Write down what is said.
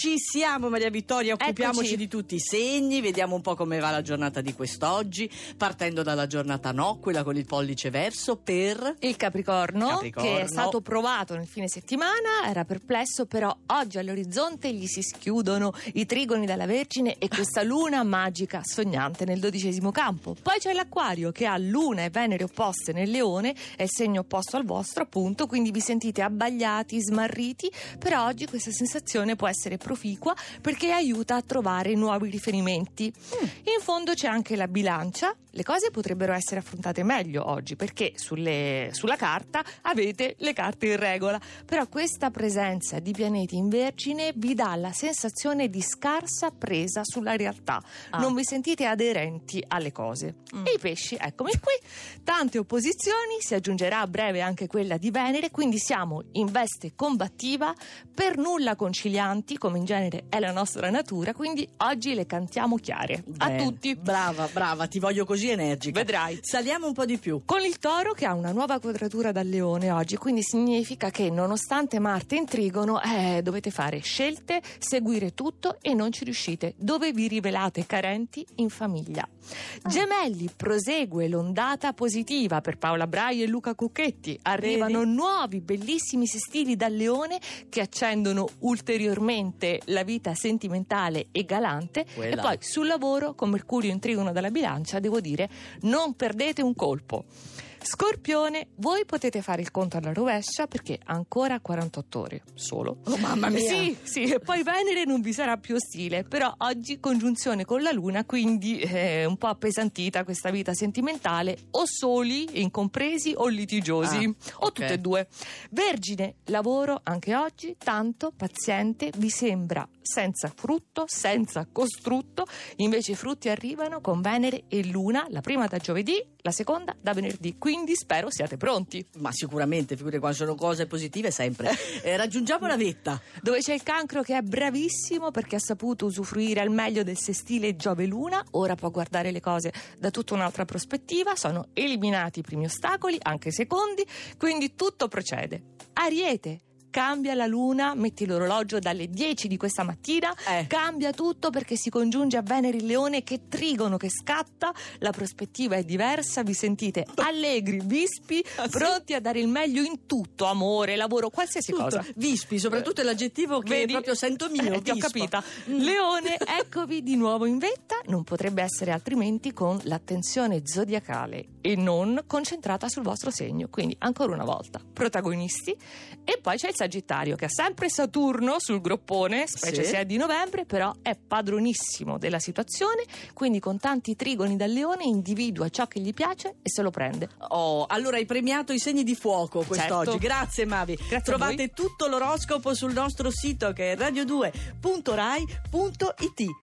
Ci siamo, Maria Vittoria, occupiamoci Eccoci. di tutti i segni, vediamo un po' come va la giornata di quest'oggi, partendo dalla giornata no, quella con il pollice verso per Il Capricorno, che è stato provato nel fine settimana, era perplesso, però oggi all'orizzonte gli si schiudono i trigoni dalla Vergine e questa luna magica sognante nel 12° campo. Poi c'è l'Acquario che ha Luna e Venere opposte nel Leone, è il segno opposto al vostro appunto, quindi vi sentite abbagliati, smarriti, però oggi questa sensazione può essere proficua perché aiuta a trovare nuovi riferimenti. In fondo c'è anche la Bilancia. Le cose potrebbero essere affrontate meglio oggi perché sulla carta avete le carte in regola, però questa presenza di pianeti in Vergine vi dà la sensazione di scarsa presa sulla realtà, non vi sentite aderenti alle cose. E i pesci, eccomi qui, tante opposizioni, si aggiungerà a breve anche quella di Venere, quindi siamo in veste combattiva, per nulla concilianti come in genere è la nostra natura, quindi oggi le cantiamo chiare. Bene. A tutti. Brava, ti voglio così energica. Vedrai. Saliamo un po' di più. Con il Toro che ha una nuova quadratura dal Leone oggi, quindi significa che nonostante Marte in trigono dovete fare scelte, seguire tutto e non ci riuscite, dove vi rivelate carenti in famiglia. Gemelli, prosegue l'ondata positiva per Paola Brai e Luca Cucchetti, arrivano nuovi bellissimi sestili dal Leone che accendono ulteriormente la vita sentimentale e galante. Quella. E poi sul lavoro con Mercurio in trigono dalla Bilancia devo dire non perdete un colpo. Scorpione, voi potete fare il conto alla rovescia perché ancora 48 ore solo. Oh mamma mia! Sì, e poi Venere non vi sarà più ostile, però oggi congiunzione con la Luna, quindi un po' appesantita questa vita sentimentale, o soli, incompresi, o litigiosi, o tutte e due. Vergine, lavoro anche oggi, tanto paziente, vi sembra senza frutto, senza costrutto, invece i frutti arrivano con Venere e Luna, la prima da giovedì, la seconda da venerdì, quindi spero siate pronti. Ma sicuramente, figurati, quando sono cose positive sempre. Raggiungiamo la vetta. Dove c'è il Cancro che è bravissimo perché ha saputo usufruire al meglio del sestile Giove-Luna, ora può guardare le cose da tutta un'altra prospettiva, sono eliminati i primi ostacoli, anche i secondi, quindi tutto procede. Ariete, cambia la luna, metti l'orologio dalle 10 di questa mattina, cambia tutto perché si congiunge a Venere il Leone che trigono, che scatta, la prospettiva è diversa, vi sentite allegri, vispi, pronti a dare il meglio in tutto, amore, lavoro, qualsiasi cosa. Vispi, soprattutto è l'aggettivo che Vedi? proprio sento mio. Ti ho capita. Leone, eccovi di nuovo in vetta, non potrebbe essere altrimenti con l'attenzione zodiacale e non concentrata sul vostro segno, quindi ancora una volta protagonisti. E poi c'è il Sagittario che ha sempre Saturno sul groppone, specie se è di novembre, però è padronissimo della situazione, quindi con tanti trigoni dal Leone individua ciò che gli piace e se lo prende. Allora hai premiato i segni di fuoco quest'oggi. Certo. Grazie Mavi. Grazie. Trovate tutto l'oroscopo sul nostro sito che è radio2.rai.it.